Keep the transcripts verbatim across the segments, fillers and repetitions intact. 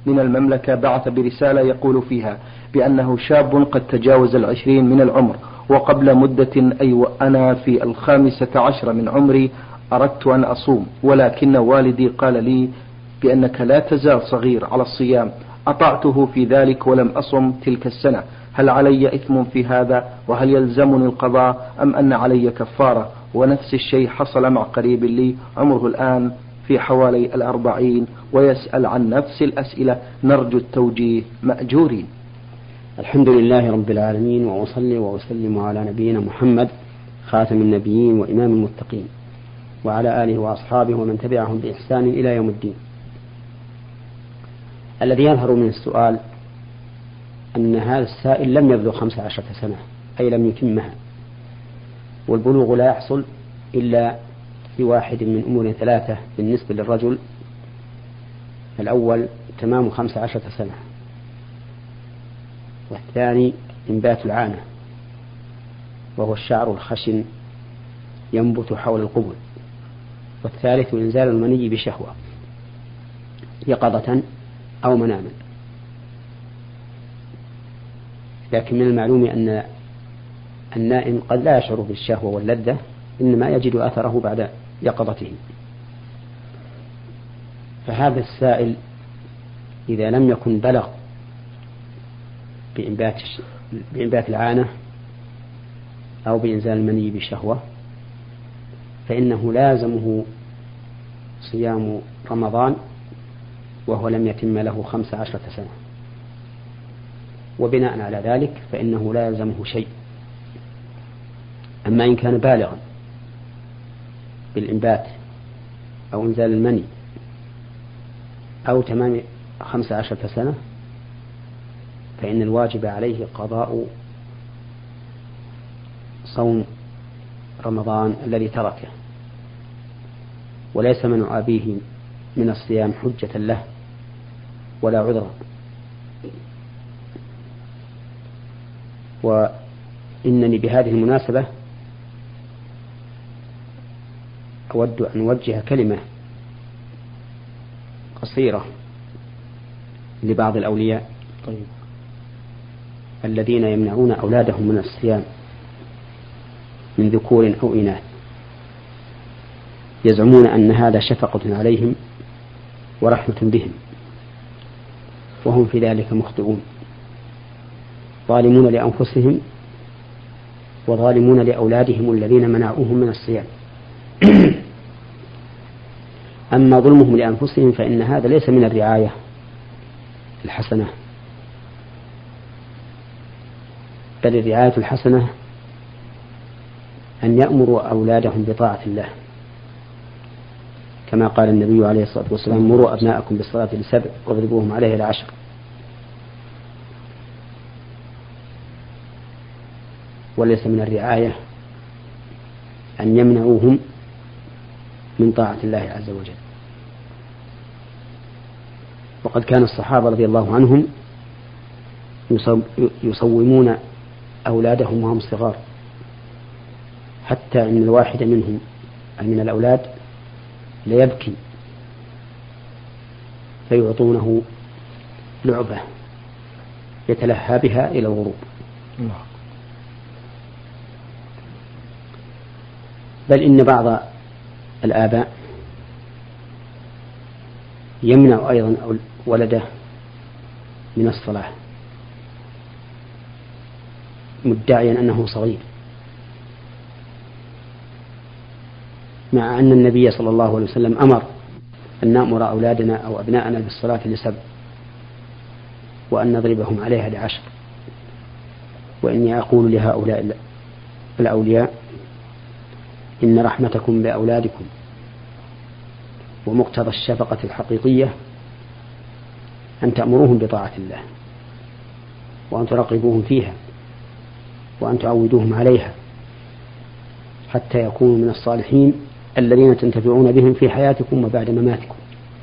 من المملكة بعث برسالة يقول فيها بأنه شاب قد تجاوز العشرين من العمر، وقبل مدة أي وأنا في الخامسة عشر من عمري أردت أن أصوم، ولكن والدي قال لي بأنك لا تزال صغير على الصيام. أطعته في ذلك ولم أصم تلك السنة. هل علي إثم في هذا؟ وهل يلزمني القضاء أم أن علي كفارة؟ ونفس الشيء حصل مع قريب لي عمره الآن في حوالي الأربعين ويسأل عن نفس الأسئلة، نرجو التوجيه مأجورين. الحمد لله رب العالمين، وأصلي وأسلم على نبينا محمد خاتم النبيين وإمام المتقين، وعلى آله وأصحابه ومن تبعهم بإحسان إلى يوم الدين. الذي يظهر من السؤال أن هذا السائل لم يبلغ خمس عشرة سنة، أي لم يتمها، والبلوغ لا يحصل إلا في واحد من أمور ثلاثة بالنسبة للرجل. الأول تمام خمس عشرة سنة، والثاني إنبات العانة وهو الشعر الخشن ينبت حول القبل، والثالث إنزال المني بشهوة يقظة أو مناما. لكن من المعلوم أن النائم قد لا يشعر بالشهوة واللذة، إنما يجد أثره بعد يقظته. فهذا السائل إذا لم يكن بلغ بإنبات, بإنبات العانة أو بإنزال المني بشهوة فإنه لازمه صيام رمضان وهو لم يتم له خمس عشرة سنة، وبناء على ذلك فإنه لا يلزمه شيء. أما إن كان بالغا بالإنبات أو إنزال المني أو تمام خمس عشرة سنة فإن الواجب عليه قضاء صوم رمضان الذي تركه، وليس منع أبيه من الصيام حجة له ولا عذر. وإنني بهذه المناسبة أود أن أوجه كلمة قصيرة لبعض الأولياء طيب. الذين يمنعون أولادهم من الصيام من ذكور أو إناث، يزعمون أن هذا شفقة عليهم ورحمة بهم، وهم في ذلك مخطئون، ظالمون لأنفسهم وظالمون لأولادهم الذين منعوهم من الصيام. أما ظلمهم لأنفسهم فإن هذا ليس من الرعاية الحسنة، بل الرعاية الحسنة أن يأمروا أولادهم بطاعة الله، كما قال النبي عليه الصلاة والسلام: مروا أبناءكم بالصلاة لسبع واضربوهم عليه لعشر. وليس من الرعاية أن يمنعوهم من طاعة الله عز وجل. وقد كان الصحابة رضي الله عنهم يصومون أولادهم وهم صغار، حتى إن الواحد منهم من الأولاد ليبكي فيعطونه لعبة يتلهى بها إلى الغروب. بل إن بعض الآباء يمنع أيضا ولده من الصلاة مدعيا أنه صغير، مع أن النبي صلى الله عليه وسلم أمر أن نأمر أولادنا أو أبناءنا بالصلاة لسبع وأن نضربهم عليها لعشر. وإني أقول لهؤلاء الأولياء: إن رحمتكم بأولادكم ومقتضى الشفقة الحقيقية أن تأمروهم بطاعة الله، وأن تراقبوهم فيها، وأن تعودوهم عليها، حتى يكونوا من الصالحين الذين تنتفعون بهم في حياتكم وبعد مماتكم،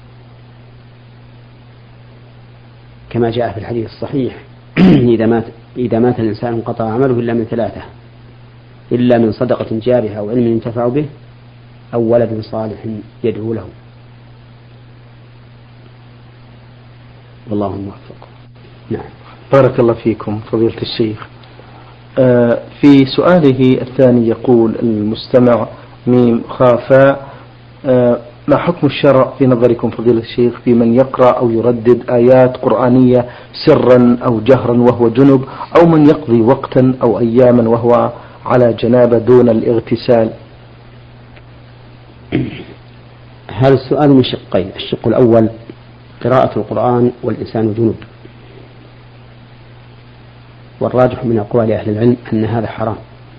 كما جاء في الحديث الصحيح: إذا مات إذا مات الإنسان انقطع عمله إلا من ثلاثة: إلا من صدقة جارية أو علم ينتفع به أو ولد صالح يدعو له. والله الموفق. نعم. بارك الله فيكم فضيلة الشيخ. آه في سؤاله الثاني يقول المستمع ميم خافا آه ما حكم الشرع في نظركم فضيلة الشيخ في من يقرأ أو يردد آيات قرآنية سرا أو جهرا وهو جنب، أو من يقضي وقتا أو أياما وهو على جنابة دون الاغتسال؟ هذا السؤال من شقين. الشق الأول قراءة القرآن والإنسان جنب، والراجح من أقوال أهل العلم أن هذا حرام،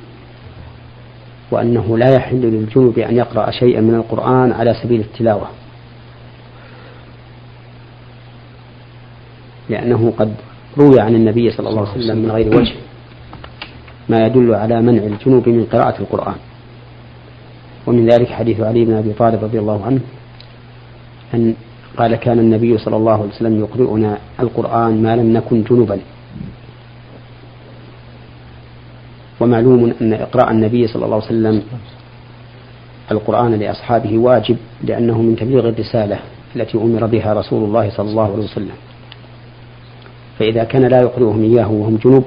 وأنه لا يحل للجنب أن يقرأ شيئا من القرآن على سبيل التلاوة، لأنه قد روي عن النبي صلى الله عليه وسلم من غير وجه ما يدل على منع الجنوب من قراءة القرآن. ومن ذلك حديث علي بن أبي طالب رضي الله عنه أن قال كان النبي صلى الله عليه وسلم يقرئنا القرآن ما لم نكن جنبا. ومعلوم أن إقراء النبي صلى الله عليه وسلم القرآن لأصحابه واجب، لأنه من تبليغ الرسالة التي أمر بها رسول الله صلى الله عليه وسلم، فإذا كان لا يقرئهم إياه وهم جنوب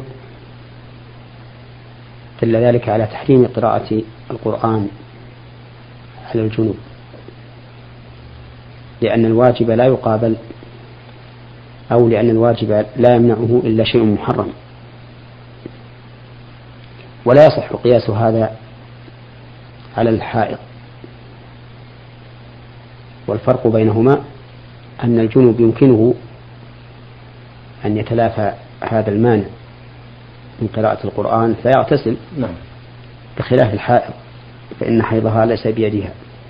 دل ذلك على تحريم قراءة القرآن على الجنوب، لأن الواجب لا يقابل، أو لأن الواجب لا يمنعه إلا شيء محرم. ولا يصح قياس هذا على الحائض، والفرق بينهما أن الجنوب يمكنه أن يتلافى هذا المانع من قراءة القرآن فيغتسل، نعم، بخلاف الحائض فإن حيضها ليس بيدها.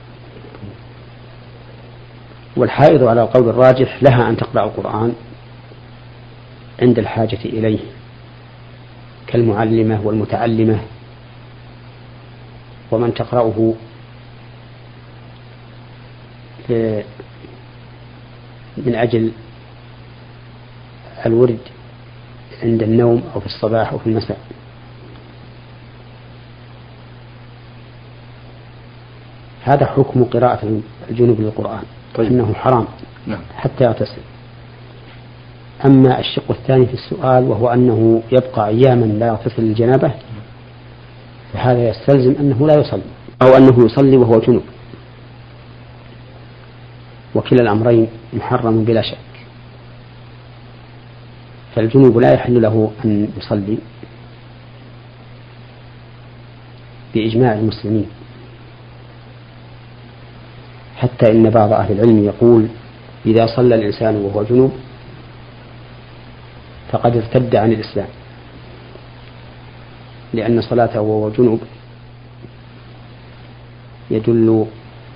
والحائض على القول الراجح لها أن تقرأ القرآن عند الحاجة إليه كالمعلمة والمتعلمة، ومن تقرأه من أجل الورد عند النوم أو في الصباح أو في المساء. هذا حكم قراءة الجنوب للقرآن، طيب. أنه حرام، نعم، حتى يغتسل. أما الشق الثاني في السؤال وهو أنه يبقى أياما لا يغتسل الجنابة، فهذا يستلزم أنه لا يصلي، أو أنه يصلي وهو جنوب، وكلا الأمرين محرم بلا شك. فالجنوب لا يحل له أن يصلي بإجماع المسلمين، حتى إن بعض أهل العلم يقول إذا صلى الإنسان وهو جنوب فقد ارتد عن الإسلام، لأن صلاته وهو جنوب يدل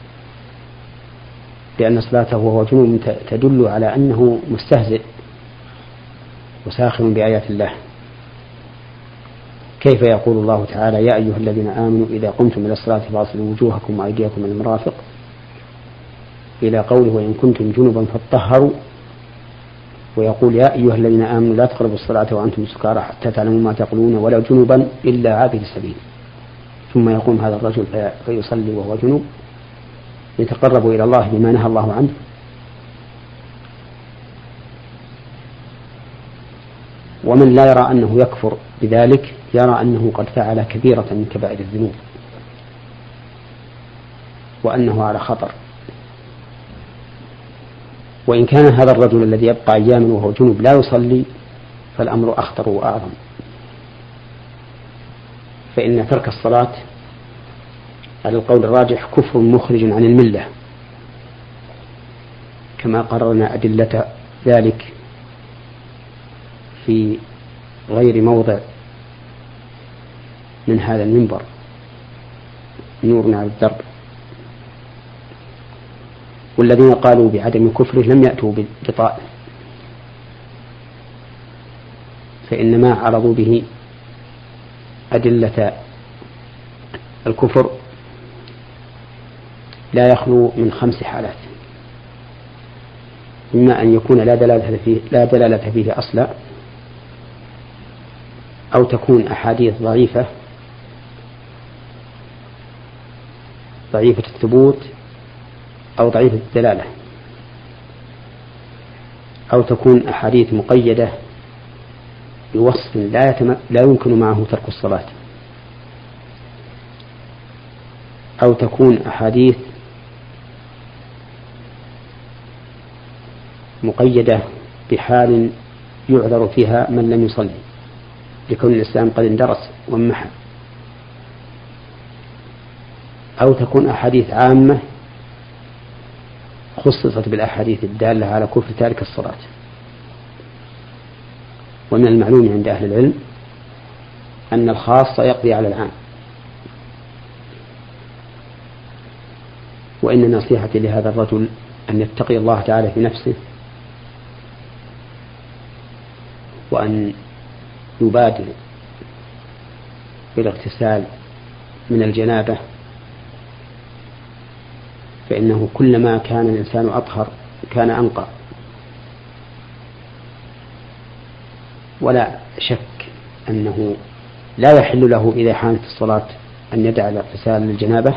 لأن صلاته وهو جنوب تدل على أنه مستهزئ وساخر بآيات الله. كيف يقول الله تعالى يا أيها الذين آمنوا إذا قمتم إلى الصلاة فاغسلوا وجوهكم وأيديكم إلى المرافق إلى قوله وإن كنتم جنبا فاطهروا، ويقول يا أيها الذين آمنوا لا تقربوا الصلاة وأنتم سكارى حتى تعلموا ما تقولون ولا جنبا إلا عابر السبيل. ثم يقوم هذا الرجل فيصلي وهو جنوب يتقرب إلى الله بما نهى الله عنه. ومن لا يرى أنه يكفر بذلك يرى أنه قد فعل كبيرة من كبائر الذنوب وأنه على خطر. وإن كان هذا الرجل الذي يبقى أياما وهو جنوب لا يصلي فالأمر أخطر وأعظم، فإن ترك الصلاة على القول الراجح كفر مخرج عن الملة، كما قررنا أدلة ذلك في غير موضع من هذا المنبر نور على الدرب. والذين قالوا بعدم كفره لم يأتوا بطائف، فإنما عرضوا به أدلة الكفر لا يخلو من خمس حالات: إما أن يكون لا دلالة فيه, لا دلالة فيه أصلا، أو تكون أحاديث ضعيفة ضعيفة الثبوت أو ضعيفة الدلالة. أو تكون أحاديث مقيدة بوصف لا, يتم... لا يمكن معه ترك الصلاة، أو تكون أحاديث مقيدة بحال يعذر فيها من لم يصلي لكون الإسلام قد اندرس وانمحى، أو تكون أحاديث عامة خصصت بالأحاديث الدالة على كفر تارك الصلاة. ومن المعلوم عند أهل العلم أن الخاص يقضي على العام. وإن نصيحتي لهذا الرجل أن يتقي الله تعالى في نفسه، وأن يبادر بالاغتسال من الجنابة، فإنه كلما كان الإنسان أطهر كان أنقى. ولا شك أنه لا يحل له إذا حانت الصلاة أن يدع الاغتسال للجنابة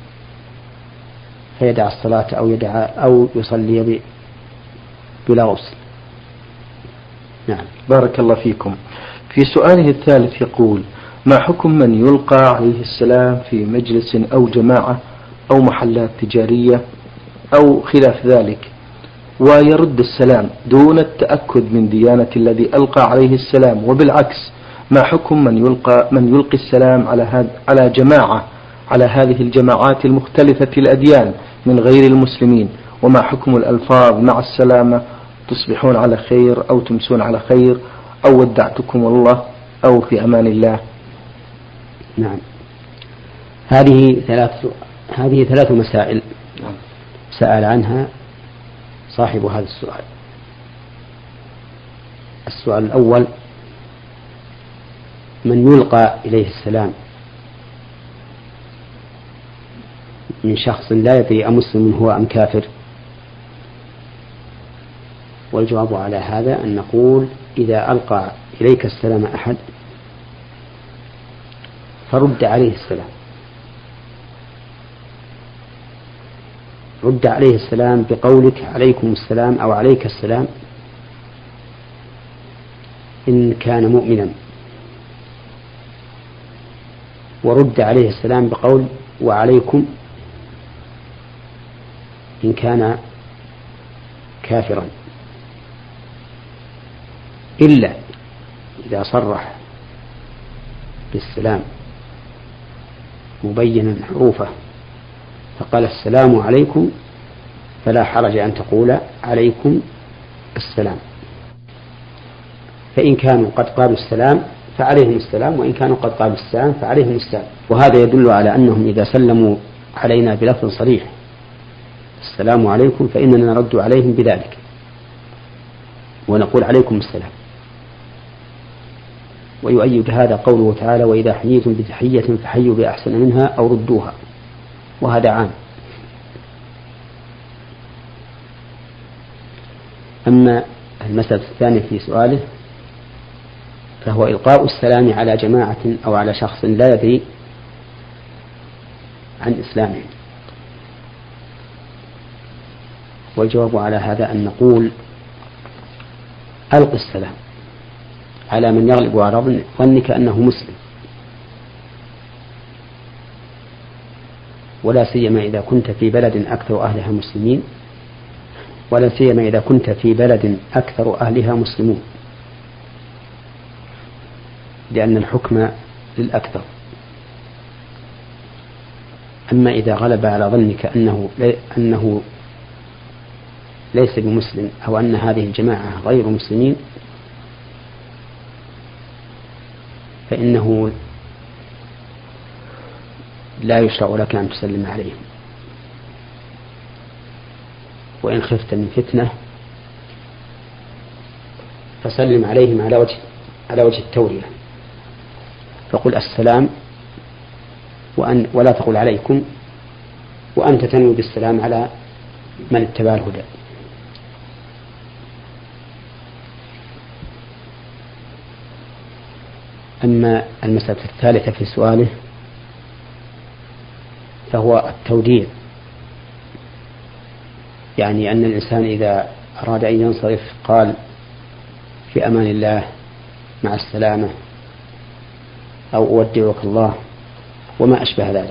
فيدع الصلاة أو يدع أو يصلي بلا غسل. نعم. بارك الله فيكم. في سؤاله الثالث يقول: ما حكم من يلقى عليه السلام في مجلس أو جماعة أو محلات تجارية أو خلاف ذلك ويرد السلام دون التأكد من ديانة الذي ألقى عليه السلام، وبالعكس ما حكم من يلقى من يلقي السلام على هذا على جماعة على هذه الجماعات المختلفة الأديان من غير المسلمين؟ وما حكم الألفاظ مع السلامة: تصبحون على خير أو تمسون على خير أو ودعتكم الله أو في أمان الله؟ نعم. هذه ثلاث هذه ثلاث مسائل سأل عنها صاحب هذا السؤال. السؤال الأول: من يلقى إليه السلام من شخص لا يدري أمسلم هو أم كافر؟ والجواب على هذا أن نقول: إذا ألقى إليك السلام أحد فرد عليه السلام، رد عليه السلام بقولك عليكم السلام أو عليك السلام إن كان مؤمنا، ورد عليه السلام بقول وعليكم إن كان كافرا، إلا إذا صرح بالسلام مبينا حروفه فقال السلام عليكم فلا حرج أن تقول عليكم السلام. فإن كانوا قد قالوا السلام فعليهم السلام، وإن كانوا قد قالوا السلام فعليهم السلام. وهذا يدل على أنهم إذا سلموا علينا بلفظ صريح السلام عليكم فإننا نرد عليهم بذلك ونقول عليكم السلام. ويؤيد هذا قوله تعالى: وإذا حييتم بتحية فحيوا بأحسن منها أو ردوها، وهذا عام. أما المسألة الثانية في سؤاله فهو إلقاء السلام على جماعة أو على شخص لا يدري عن إسلامه. والجواب على هذا أن نقول: ألق السلام على من يغلب على ظنك أنه مسلم، ولا سيما إذا كنت في بلد أكثر أهلها مسلمين، ولا سيما إذا كنت في بلد أكثر أهلها مسلمون، لأن الحكم للأكثر. أما إذا غلب على ظنك أنه أنه ليس بمسلم أو أن هذه الجماعة غير مسلمين فإنه لا يشرع لك أن تسلم عليهم، وإن خفت من فتنة فسلم عليهم على وجه على وجه التورية، فقل السلام وأن ولا تقل عليكم، وأنت تنوي بالسلام على من اتبع الهدى. أما المسألة الثالثة في سؤاله فهو التوديع، يعني أن الإنسان إذا أراد أن ينصرف قال في أمان الله مع السلامة أو أودعك الله وما أشبه ذلك.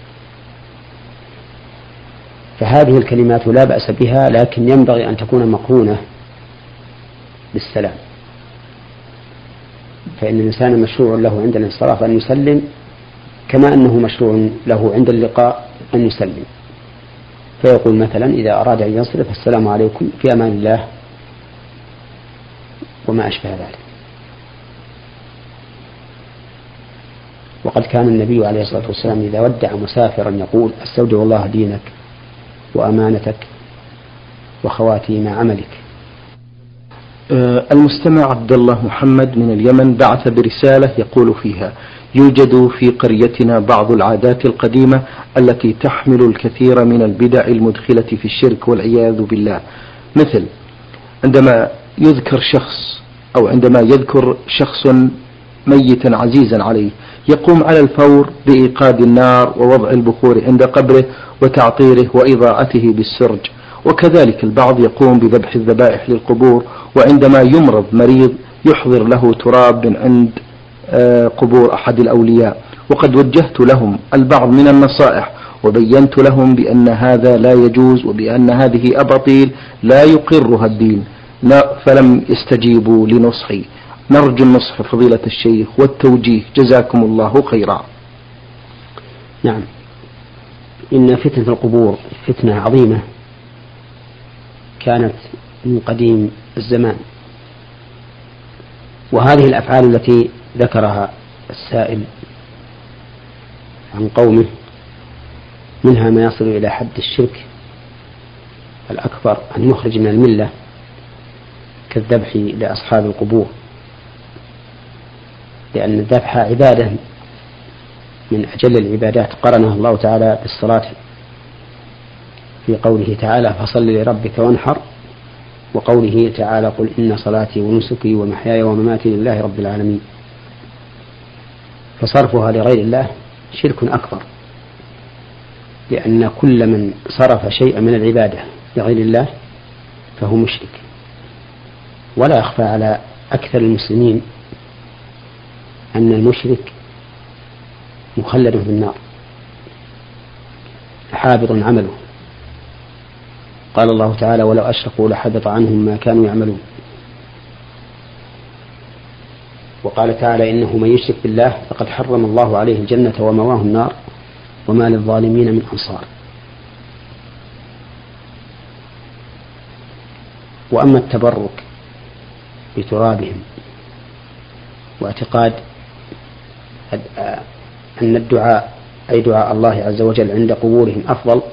فهذه الكلمات لا بأس بها، لكن ينبغي أن تكون مقرونة بالسلام، فإن الإنسان مشروع له عند الانصراف أن يسلم كما أنه مشروع له عند اللقاء أن يسلم، فيقول مثلا إذا أراد أن ينصرف السلام عليكم في أمان الله وما أشبه ذلك. وقد كان النبي عليه الصلاة والسلام إذا ودع مسافرا يقول استودع الله دينك وأمانتك وخواتيم عملك. المستمع عبد الله محمد من اليمن بعث برسالة يقول فيها: يوجد في قريتنا بعض العادات القديمة التي تحمل الكثير من البدع المدخلة في الشرك والعياذ بالله، مثل عندما يذكر شخص أو عندما يذكر شخص ميتا عزيزا عليه يقوم على الفور بإيقاد النار ووضع البخور عند قبره وتعطيره وإضاءته بالسرج. وكذلك البعض يقوم بذبح الذبائح للقبور، وعندما يمرض مريض يحضر له تراب من عند قبور أحد الأولياء. وقد وجهت لهم البعض من النصائح وبينت لهم بأن هذا لا يجوز وبأن هذه أباطيل لا يقرها الدين، فلم يستجيبوا لنصحي. نرجو النصح فضيلة الشيخ والتوجيه، جزاكم الله خيرا. نعم، إن فتنة القبور فتنة عظيمة كانت من قديم الزمان، وهذه الأفعال التي ذكرها السائل عن قومه منها ما يصل إلى حد الشرك الأكبر المخرج من الملة كالذبح لأصحاب القبور، لأن الذبح عبادة من أجل العبادات قرنها الله تعالى بالصلاة في قوله تعالى فصل لربك وانحر، وقوله تعالى قل إن صلاتي ونسكي ومحياي ومماتي لله رب العالمين. فصرفها لغير الله شرك أكبر، لأن كل من صرف شيئا من العبادة لغير الله فهو مشرك. ولا يخفى على أكثر المسلمين أن المشرك مخلد في النار حابط عمله. قال الله تعالى ولو أشركوا لحبط عنهم ما كانوا يعملون. وقال تعالى إنه من يشرك بالله فقد حرم الله عليه الجنة ومواه النار وما للظالمين من أنصار. وأما التبرك بترابهم واعتقاد أن الدعاء أي دعاء الله عز وجل عند قبورهم أفضل،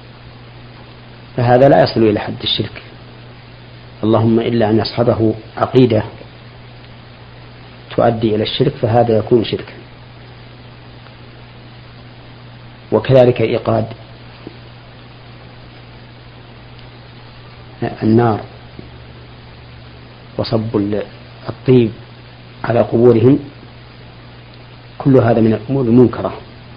فهذا لا يصل إلى حد الشرك، اللهم إلا أن يصحبه عقيدة تؤدي إلى الشرك، فهذا يكون شركا. وكذلك إيقاد النار وصب الطيب على قبورهم، كل هذا من الأمور المنكرة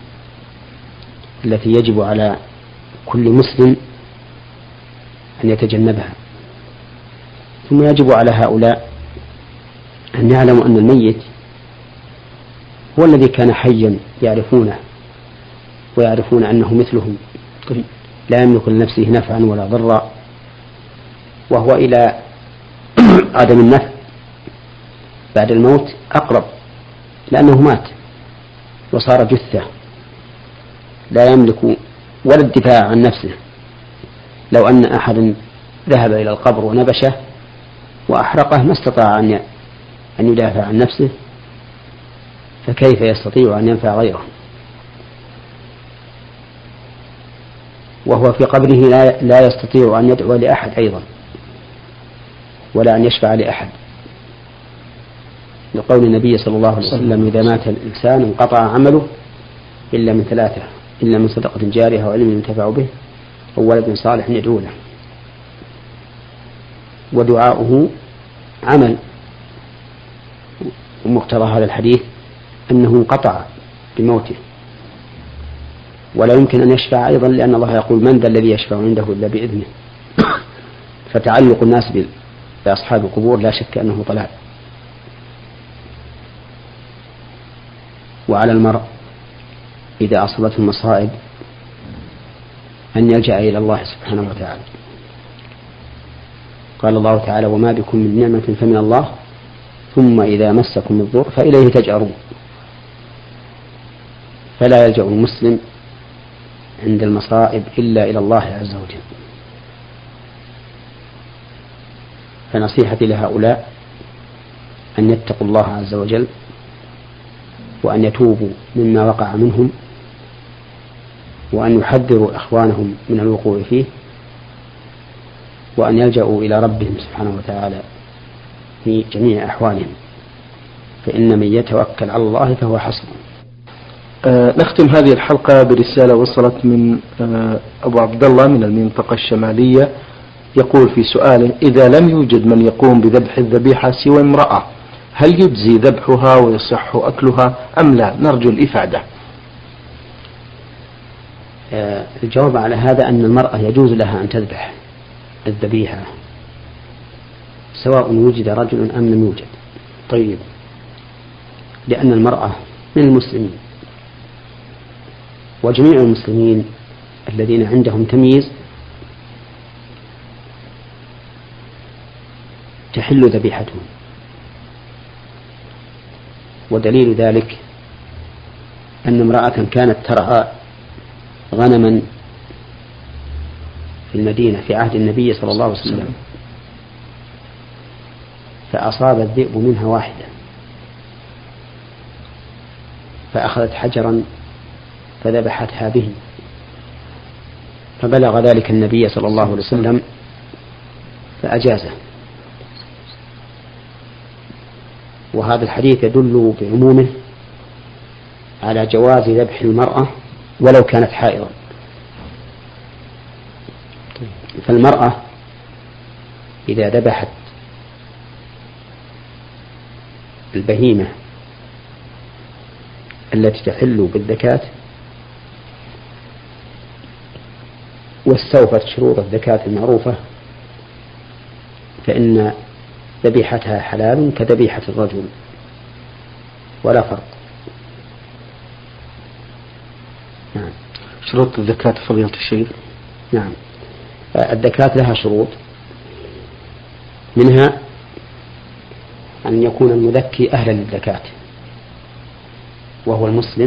التي يجب على كل مسلم أن يتجنبها. ثم يجب على هؤلاء أن يعلموا أن الميت هو الذي كان حيا يعرفونه ويعرفون أنه مثلهم لا يملك لنفسه نفعا ولا ضرا، وهو إلى عدم النفع بعد الموت أقرب، لأنه مات وصار جثة لا يملك ولا الدفاع عن نفسه. لو أن أحدا ذهب إلى القبر ونبشه وأحرقه ما استطاع أن يدافع عن نفسه، فكيف يستطيع أن ينفع غيره؟ وهو في قبره لا يستطيع أن يدعو لأحد أيضا ولا أن يشفع لأحد، لقول النبي صلى الله عليه وسلم إذا مات الإنسان انقطع عمله إلا من ثلاثة، إلا من صدقة جارية وعلم ينتفع به أو ولد صالح يدعو له. ودعاؤه عمل، ومقتضى هذا الحديث أنه انقطع بموته، ولا يمكن أن يشفع أيضا، لأن الله يقول من ذا الذي يشفع عنده إلا بإذنه. فتعلق الناس بأصحاب القبور لا شك أنه ضلال. وعلى المرء إذا أصابته المصائب أن يلجأ إلى الله سبحانه وتعالى. قال الله تعالى: وما بكم من نعمة فمن الله ثم إذا مسكم الضر فإليه تجأرون. فلا يلجأ المسلم عند المصائب إلا إلى الله عز وجل. فنصيحتي لهؤلاء أن يتقوا الله عز وجل وأن يتوبوا مما وقع منهم وأن يحذروا إخوانهم من الوقوع فيه وأن يلجأوا إلى ربهم سبحانه وتعالى في جميع أحوالهم، فإن من يتوكل على الله فهو حسبه. آه نختم هذه الحلقة برسالة وصلت من آه أبو عبد الله من المنطقة الشمالية، يقول في سؤاله: إذا لم يوجد من يقوم بذبح الذبيحة سوى امرأة هل يجزي ذبحها ويصح أكلها أم لا؟ نرجو الإفادة. آه الجواب على هذا أن المرأة يجوز لها أن تذبح الذبيحة سواء وجد رجل أم لم يوجد. طيب. لأن المرأة من المسلمين، وجميع المسلمين الذين عندهم تمييز تحل ذبيحتهم. ودليل ذلك أن امرأة كانت ترعى غنما في المدينة في عهد النبي صلى الله عليه وسلم، فأصاب الذئب منها واحدة، فأخذت حجرا فذبحتها به، فبلغ ذلك النبي صلى الله عليه وسلم فأجازه. وهذا الحديث يدل بعمومه على جواز ذبح المرأة ولو كانت حائضا. فالمرأة إذا ذبحت البهيمة التي تحل بالزكاة واستوفت شروط الزكاة المعروفة فإن ذبيحتها حلال كذبيحة الرجل ولا فرق. نعم. شروط الزكاة فضيلة الشيخ. نعم. الزكاة لها شروط، منها أن يكون المذكي أهلا للزكاة وهو المسلم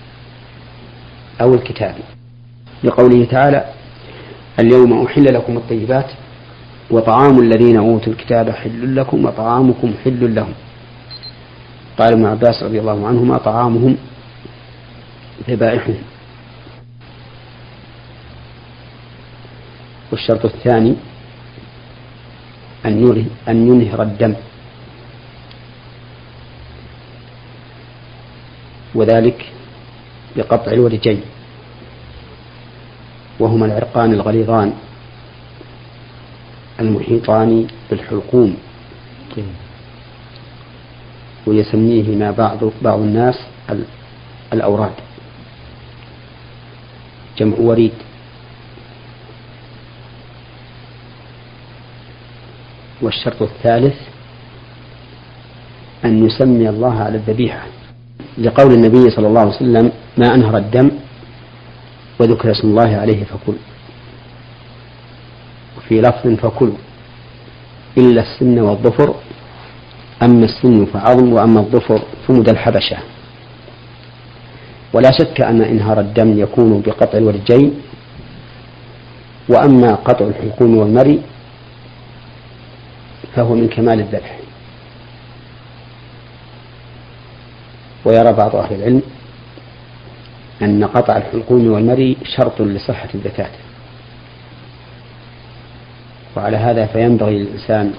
أو الكتابي، لقوله تعالى: اليوم أحل لكم الطيبات وطعام الذين أوتوا الكتاب حل لكم وطعامكم حل لهم. قال ابن عباس رضي الله عنهما: طعامهم ذبائحهم. والشرط الثاني أن ينهر الدم، وذلك بقطع الورجين وهما العرقان الغليظان المحيطان بالحلقوم، ويسميهما بعض بعض الناس الأوراد، جمع وريد. والشرط الثالث أن يسمي الله على الذبيحة، لقول النبي صلى الله عليه وسلم: ما أنهر الدم وذكر اسم الله عليه فكل. وفي لفظ: فكلوا إلا السن والظفر، أما السن فعظم وأما الظفر فمد الحبشة. ولا شك أن إنهار الدم يكون بقطع الورجين، وأما قطع الحلقوم والمري فهو من كمال الذبح. ويرى بعض أهل العلم أن قطع الحلقوم والمري شرط لصحة الزكاة، وعلى هذا فينبغي للإنسان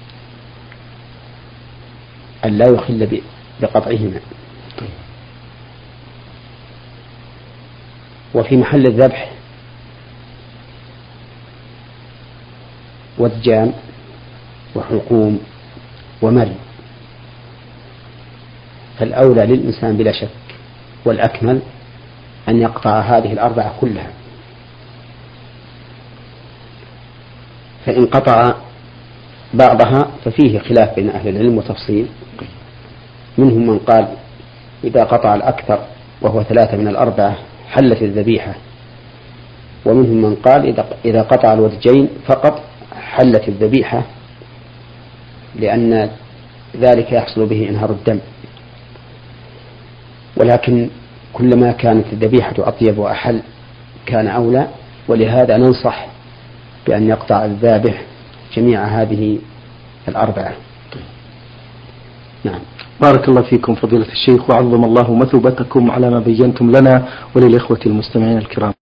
أن لا يخل بقطعهما. وفي محل الذبح وذجان وحلقوم ومري فالأولى للإنسان بلا شك والأكمل أن يقطع هذه الأربعة كلها، فإن قطع بعضها ففيه خلاف بين أهل العلم وتفصيل. منهم من قال إذا قطع الأكثر وهو ثلاثة من الأربعة حلت الذبيحة، ومنهم من قال إذا قطع الودجين فقط حلت الذبيحة، لأن ذلك يحصل به إنهار الدم. ولكن كلما كانت الذبيحة أطيب وأحل كان أولى، ولهذا ننصح بأن يقطع الذابح جميع هذه الأربعة. نعم. بارك الله فيكم فضيلة الشيخ، وعظم الله مثوبتكم على ما بينتم لنا وللإخوة المستمعين الكرام.